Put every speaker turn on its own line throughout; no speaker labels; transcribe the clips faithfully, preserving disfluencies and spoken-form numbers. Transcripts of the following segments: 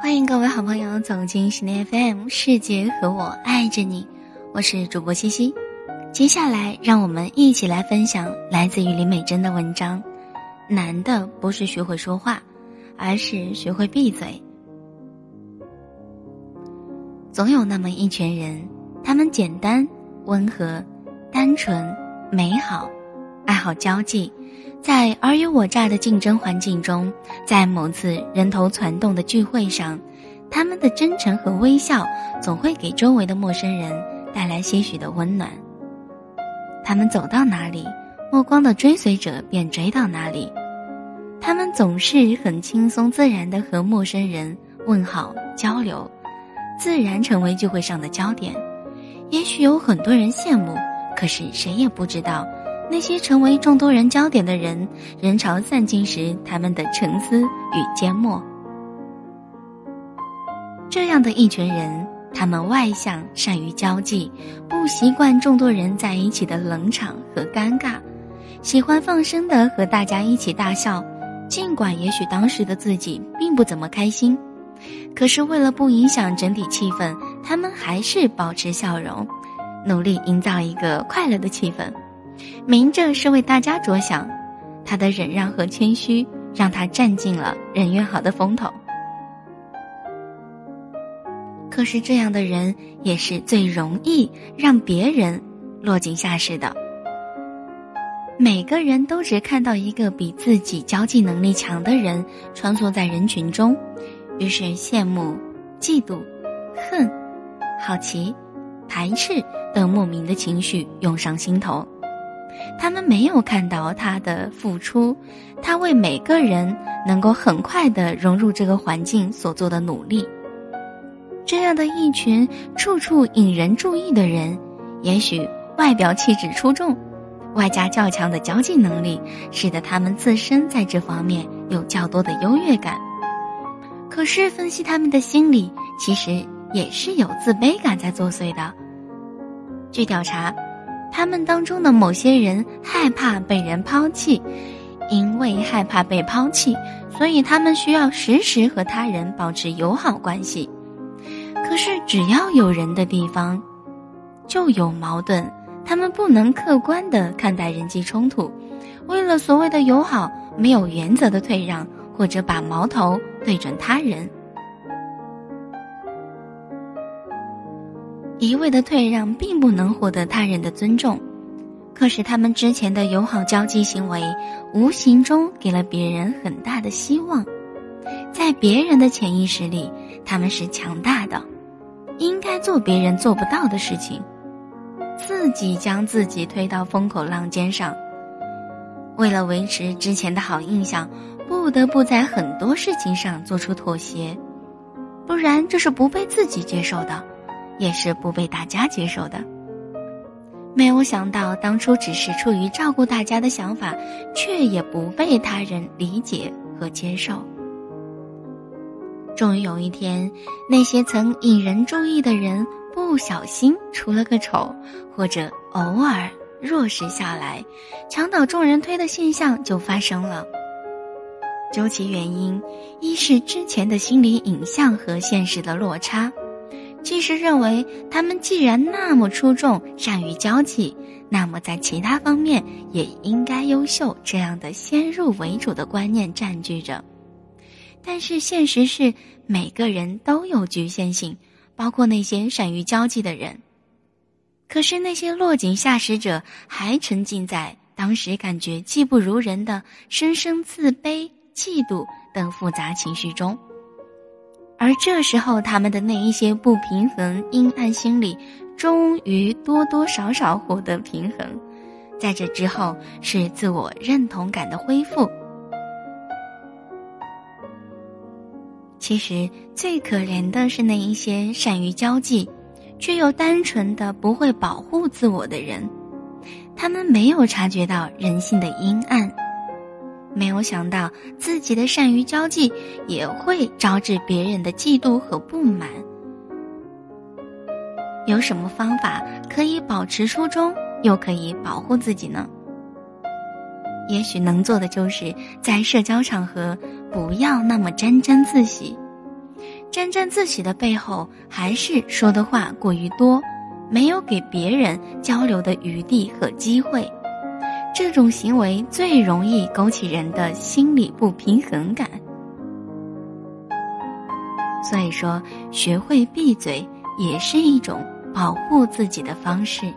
欢迎各位好朋友走进十年 F M 世界和我爱着你，我是主播西西。接下来让我们一起来分享来自于林美珍的文章，难的不是学会说话，而是学会闭嘴。总有那么一群人，他们简单、温和、单纯、美好，爱好交际，在尔虞我诈的竞争环境中，在某次人头攒动的聚会上，他们的真诚和微笑总会给周围的陌生人带来些许的温暖。他们走到哪里，目光的追随者便追到哪里。他们总是很轻松自然地和陌生人问好交流，自然成为聚会上的焦点。也许有很多人羡慕，可是谁也不知道那些成为众多人焦点的人，人潮散尽时他们的沉思与缄默。这样的一群人，他们外向，善于交际，不习惯众多人在一起的冷场和尴尬，喜欢放声地和大家一起大笑，尽管也许当时的自己并不怎么开心，可是为了不影响整体气氛，他们还是保持笑容，努力营造一个快乐的气氛，明着是为大家着想。他的忍让和谦虚让他占尽了人缘好的风头。可是这样的人也是最容易让别人落井下石的。每个人都只看到一个比自己交际能力强的人穿梭在人群中，于是羡慕、嫉妒、恨、好奇、排斥等莫名的情绪涌上心头。他们没有看到他的付出，他为每个人能够很快地融入这个环境所做的努力。这样的一群处处引人注意的人，也许外表气质出众，外加较强的交际能力，使得他们自身在这方面有较多的优越感。可是分析他们的心理，其实也是有自卑感在作祟的。据调查，他们当中的某些人害怕被人抛弃，因为害怕被抛弃，所以他们需要时时和他人保持友好关系。可是只要有人的地方就有矛盾，他们不能客观地看待人际冲突，为了所谓的友好，没有原则的退让，或者把矛头对准他人。一味的退让并不能获得他人的尊重，可是他们之前的友好交际行为无形中给了别人很大的希望，在别人的潜意识里，他们是强大的，应该做别人做不到的事情，自己将自己推到风口浪尖上。为了维持之前的好印象，不得不在很多事情上做出妥协，不然这是不被自己接受的，也是不被大家接受的。没有想到当初只是出于照顾大家的想法，却也不被他人理解和接受。终于有一天，那些曾引人注意的人不小心出了个丑，或者偶尔弱势下来，墙倒众人推的现象就发生了。究其原因，一是之前的心理影像和现实的落差，即是认为他们既然那么出众，善于交际，那么在其他方面也应该优秀，这样的先入为主的观念占据着。但是现实是每个人都有局限性，包括那些善于交际的人。可是那些落井下石者还沉浸在当时感觉技不如人的深深自卑、嫉妒等复杂情绪中，而这时候他们的那一些不平衡阴暗心理终于多多少少获得平衡，在这之后是自我认同感的恢复。其实最可怜的是那一些善于交际却又单纯的不会保护自我的人，他们没有察觉到人性的阴暗，没有想到自己的善于交际也会招致别人的嫉妒和不满。有什么方法可以保持初衷，又可以保护自己呢？也许能做的就是在社交场合不要那么沾沾自喜。 沾沾自喜的背后，还是说的话过于多，没有给别人交流的余地和机会。这种行为最容易勾起人的心理不平衡感。所以说，学会闭嘴也是一种保护自己的方式。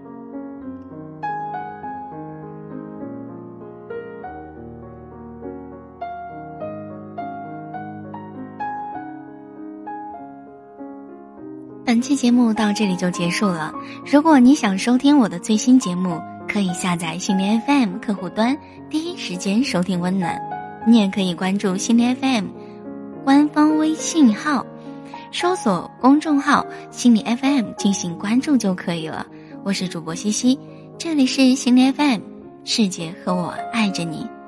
本期节目到这里就结束了。如果你想收听我的最新节目，可以下载心理 F M 客户端，第一时间收听温暖。你也可以关注心理 F M 官方微信号，搜索公众号心理 F M 进行关注就可以了。我是主播西西，这里是心理 F M， 世界和我爱着你。